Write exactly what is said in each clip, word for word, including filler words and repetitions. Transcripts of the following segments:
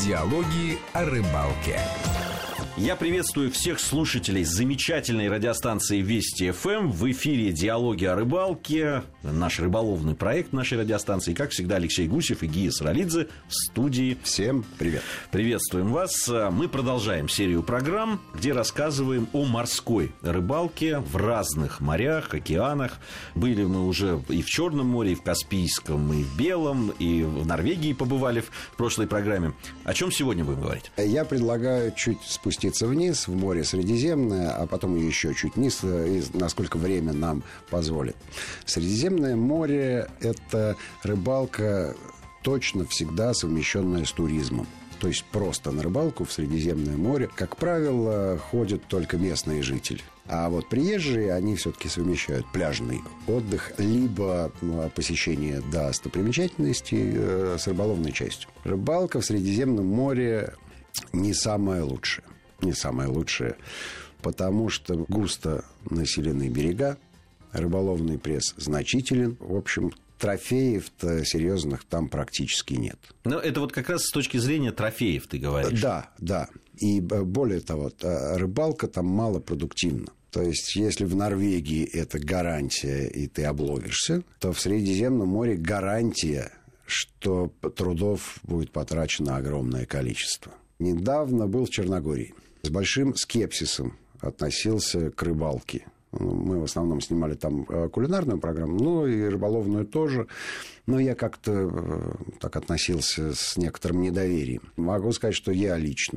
Диалоги о рыбалке. Я приветствую всех слушателей замечательной радиостанции Вести эф эм. В эфире «Диалоги о рыбалке», наш рыболовный проект нашей радиостанции. Как всегда, Алексей Гусев и Гия Саралидзе в студии. Всем привет. Приветствуем вас. Мы продолжаем серию программ, где рассказываем о морской рыбалке в разных морях, океанах. Были мы уже и в Черном море, и в Каспийском, и в Белом, и в Норвегии побывали в прошлой программе. О чем сегодня будем говорить? Я предлагаю чуть спуститься вниз в море Средиземное, а потом еще чуть вниз, насколько время нам позволит. Средиземное море – это рыбалка точно всегда совмещенная с туризмом. То есть просто на рыбалку в Средиземное море, как правило, ходят только местные жители. А вот приезжие, они все-таки совмещают пляжный отдых, либо посещение достопримечательностей с рыболовной частью. Рыбалка в Средиземном море не самая лучшая. Не самое лучшее, потому что густо населены берега, рыболовный пресс значителен. В общем, трофеев-то серьезных там практически нет. Но это вот как раз с точки зрения трофеев ты говоришь. Да, да. И более того, рыбалка там малопродуктивна. То есть, если в Норвегии это гарантия, и ты обловишься, то в Средиземном море гарантия, что трудов будет потрачено огромное количество. Недавно был в Черногории. С большим скепсисом относился к рыбалке. Мы в основном снимали там кулинарную программу, ну и рыболовную тоже. Но я как-то так относился с некоторым недоверием. Могу сказать, что я лично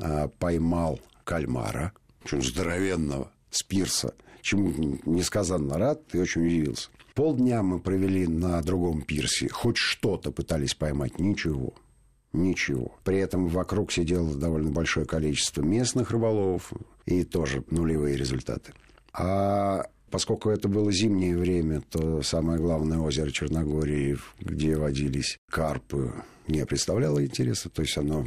поймал кальмара, очень здоровенного, с пирса, чему несказанно рад и очень удивился. Полдня мы провели на другом пирсе. Хоть что-то пытались поймать, ничего. Ничего. При этом вокруг сидело довольно большое количество местных рыболовов, и тоже нулевые результаты. А поскольку это было зимнее время, то самое главное озеро Черногории, где водились карпы, не представляло интереса, то есть оно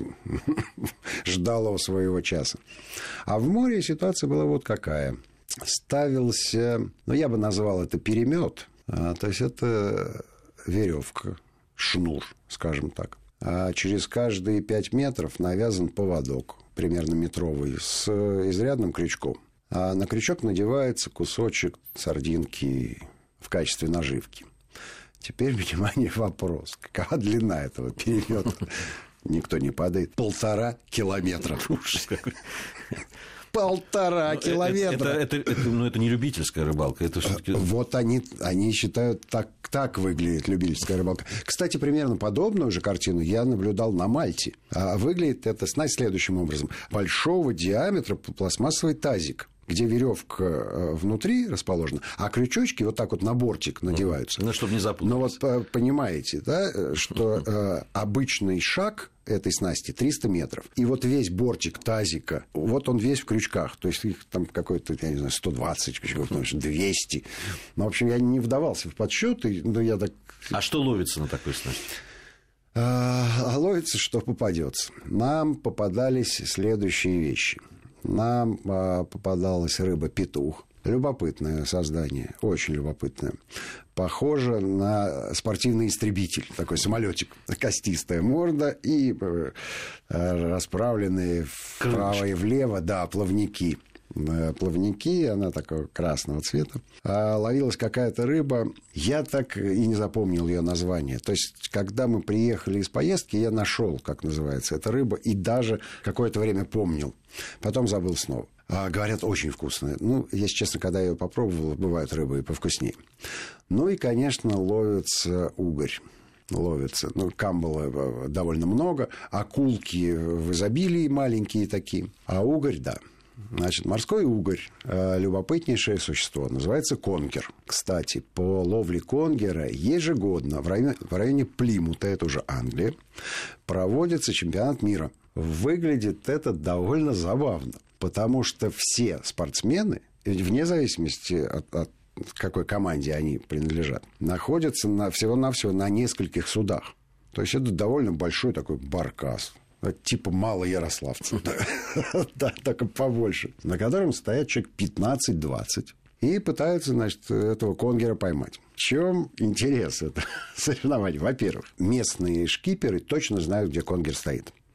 ждало своего часа. А в море ситуация была вот какая. Ставился, ну, я бы назвал это перемет, а, то есть это веревка, шнур, скажем так. А через каждые пять метров навязан поводок, примерно метровый, с изрядным крючком. А на крючок надевается кусочек сардинки в качестве наживки. Теперь, внимание, вопрос. Какова длина этого перемета? Никто не падает. Полтора километра. Ужас какой. Полтора ну, километра. Это, это, это, ну, это не любительская рыбалка. Это все-таки... Вот они, они считают, так, так выглядит любительская рыбалка. Кстати, примерно подобную же картину я наблюдал на Мальте. А выглядит эта снасть следующим образом. Большого диаметра пластмассовый тазик, где веревка внутри расположена, а крючочки вот так вот на бортик надеваются. Ну, чтобы не запутаться. Но вот понимаете, да, что э, обычный шаг этой снасти триста метров. И вот весь бортик тазика, вот он весь в крючках. То есть их там какой-то, я не знаю, сто двадцать крючков, двести. Ну, в общем, я не вдавался в подсчеты, но я так... А что ловится на такой снасти? А ловится, что попадется. Нам попадались следующие вещи. Нам а, попадалась рыба-петух. Любопытное создание, очень любопытное. Похоже на спортивный истребитель, такой самолетик. Костистая морда и э, расправленные вправо и влево, да, плавники. Плавники, она такого красного цвета. А ловилась какая-то рыба, я так и не запомнил ее название. То есть, когда мы приехали из поездки, я нашел, как называется эта рыба, и даже какое-то время помнил. Потом забыл снова. А, говорят, очень вкусная. Ну, если честно, когда я ее попробовал, бывают рыбы и повкуснее. Ну и, конечно, ловится угорь. Ловится. Ну, камбала довольно много, акулки в изобилии маленькие такие, а угорь, да. Значит, морской угорь, любопытнейшее существо, называется конгер. Кстати, по ловле конгера ежегодно в районе, в районе Плимута, это уже Англия, проводится чемпионат мира. Выглядит это довольно забавно, потому что все спортсмены, вне зависимости от, от какой команде они принадлежат, находятся на, всего-навсего на нескольких судах. То есть это довольно большой такой баркас. Типа малоярославцев, да, только побольше, на котором стоят человек пятнадцать-двадцать и пытаются, значит, этого конгера поймать. В чем интерес этого соревнования? Во-первых, местные шкиперы точно знают, где конгер стоит.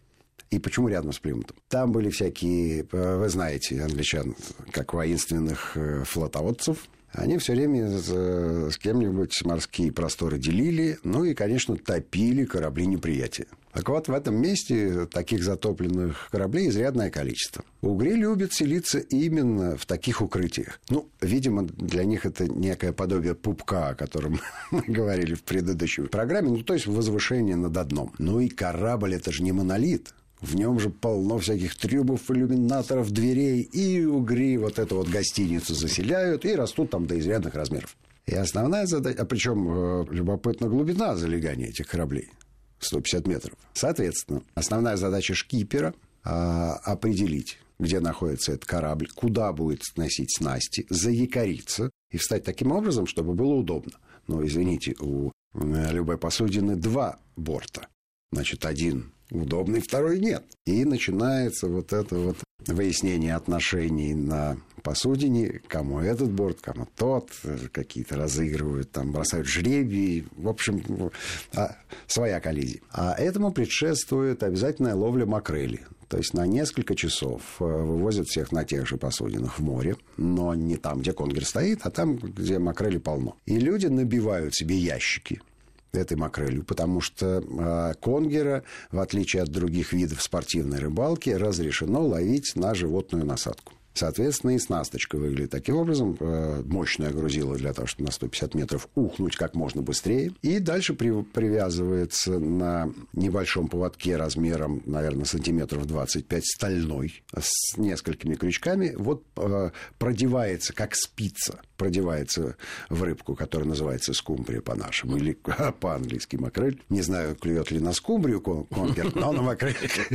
И почему рядом с Плимутом? Там были всякие, вы знаете, англичан, как воинственных флотоводцев. Они все время с кем-нибудь морские просторы делили, ну и, конечно, топили корабли неприятия. Так вот, в этом месте таких затопленных кораблей изрядное количество. Угри любят селиться именно в таких укрытиях. Ну, видимо, для них это некое подобие пупка, о котором мы говорили в предыдущей программе, ну, то есть возвышение над дном. Ну и корабль – это же не монолит. В нем же полно всяких трюмов, иллюминаторов, дверей. И угри вот эту вот гостиницу заселяют и растут там до изрядных размеров. И основная задача... А причем э, любопытна глубина залегания этих кораблей. сто пятьдесят метров. Соответственно, основная задача шкипера э, определить, где находится этот корабль, куда будет сносить снасти, заякориться и встать таким образом, чтобы было удобно. Но, извините, у э, любой посудины два борта. Значит, один удобный, второй нет. И начинается вот это вот выяснение отношений на посудине, кому этот борт, кому тот, какие-то разыгрывают, там бросают жребий, в общем, своя коллизия. А этому предшествует обязательная ловля макрели. То есть на несколько часов вывозят всех на тех же посудинах в море, но не там, где конгер стоит, а там, где макрели полно. И люди набивают себе ящики этой макрелью, потому что э, конгера, в отличие от других видов спортивной рыбалки, разрешено ловить на животную насадку. Соответственно, и снасточка выглядит таким образом. Э, мощное грузило для того, чтобы на сто пятьдесят метров ухнуть как можно быстрее. И дальше при, привязывается на небольшом поводке размером, наверное, сантиметров двадцать пять, стальной, с несколькими крючками. Вот э, продевается, как спица, продевается в рыбку, которая называется скумбрия по-нашему, или по-английски макрель. Не знаю, клюет ли на скумбрию конгер, но на макрель.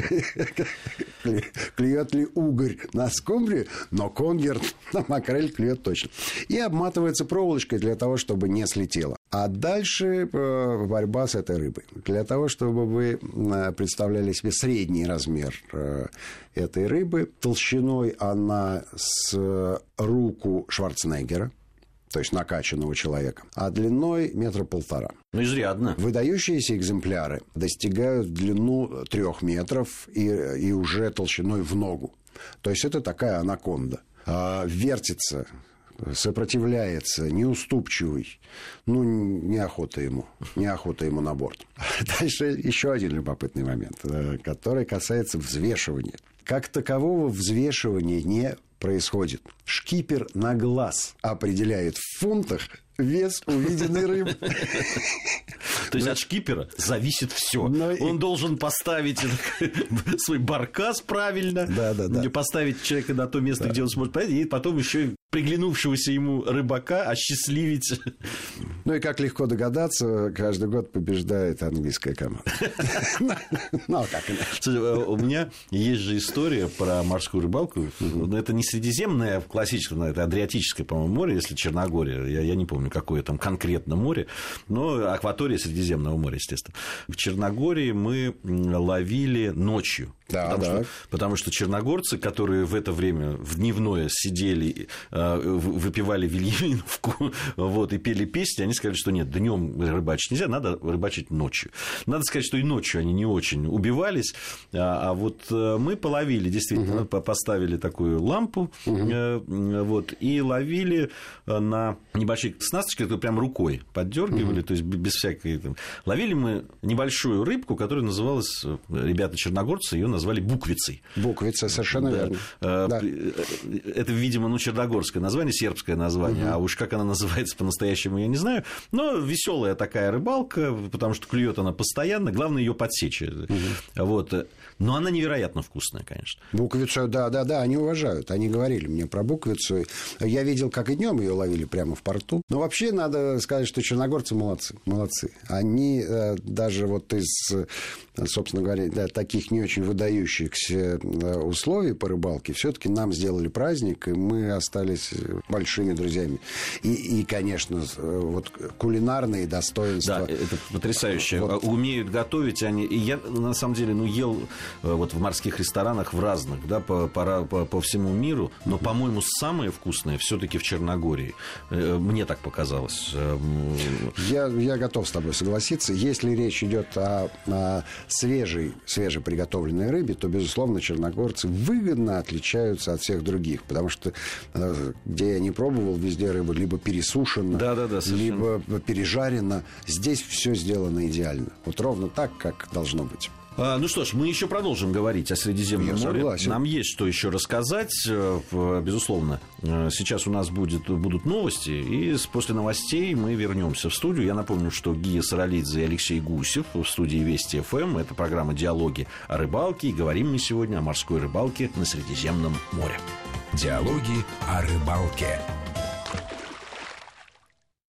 Клюет ли угорь на скумбрию, но конгер на макрель клюет точно. И обматывается проволочкой для того, чтобы не слетело. А дальше борьба с этой рыбой. Для того, чтобы вы представляли себе средний размер этой рыбы, толщиной она с руку Шварценеггера, то есть накачанного человека, а длиной метра полтора. Ну, изрядно. Выдающиеся экземпляры достигают длину трех метров и, и уже толщиной в ногу. То есть это такая анаконда. А, вертится, сопротивляется, неуступчивый. Ну, неохота ему. Неохота ему на борт. Дальше еще один любопытный момент, который касается взвешивания. Как такового взвешивания не происходит. Шкипер на глаз определяет в фунтах вес увиденной рыбы. То есть от шкипера зависит все. Он должен поставить свой баркас правильно, поставить человека на то место, где он сможет пройти, и потом еще приглянувшегося ему рыбака осчастливить. Ну и как легко догадаться, каждый год побеждает английская команда. Ну, как иначе. У меня есть же история про морскую рыбалку. Это не Средиземное классическое, это Адриатическое, по-моему, море, если Черногория. Я, я не помню, какое там конкретно море, но акватория Средиземного моря, естественно. В Черногории мы ловили ночью. Да, потому, да. Что, потому что черногорцы, которые в это время в дневное сидели, выпивали вильявиновку вот, и пели песни, они сказали, что нет, днем рыбачить нельзя, надо рыбачить ночью. Надо сказать, что и ночью они не очень убивались, а, а вот мы половили, действительно, угу. поставили такую лампу угу. вот, и ловили на небольшие снасточки, которые прям рукой поддергивали, угу. то есть без всякой... Там... Ловили мы небольшую рыбку, которая называлась, ребята черногорцы ее назвали буквицей. Буквица, совершенно да. верно. Да. Это, видимо, ну, черногорское название, сербское название, угу. а уж как она называется по-настоящему, я не знаю. Но веселая такая рыбалка, потому что клюет она постоянно, главное ее подсечь. Угу. Вот. Но она невероятно вкусная, конечно. Буквицу, да, да, да, они уважают. Они говорили мне про буквицу. Я видел, как и днем ее ловили прямо в порту. Но вообще надо сказать, что черногорцы молодцы. Молодцы. Они даже вот из, собственно говоря, таких не очень выдающихся условий по рыбалке все-таки нам сделали праздник, и мы остались большими друзьями. И, и конечно, вот кулинарные достоинства. Да, это потрясающе. Вот. Умеют готовить они. И я, на самом деле, ну, ел вот в морских ресторанах в разных, да, по, по, по, по всему миру, но, по-моему, самое вкусное все-таки в Черногории. Мне так показалось. показалось. Я, я готов с тобой согласиться. Если речь идет о, о свежей, свежеприготовленной рыбе, то, безусловно, черногорцы выгодно отличаются от всех других. Потому что, где я не пробовал, везде рыба либо пересушена, да, да, да, либо пережарена. Здесь все сделано идеально. Вот ровно так, как должно быть. А, ну что ж, мы еще продолжим говорить о Средиземном Я море. согласен. Нам есть что еще рассказать, безусловно. Сейчас у нас будет, будут новости, и после новостей мы вернемся в студию. Я напомню, что Гия Саралидзе и Алексей Гусев в студии Вести эф эм. Это программа «Диалоги о рыбалке». И говорим мы сегодня о морской рыбалке на Средиземном море. Диалоги о рыбалке.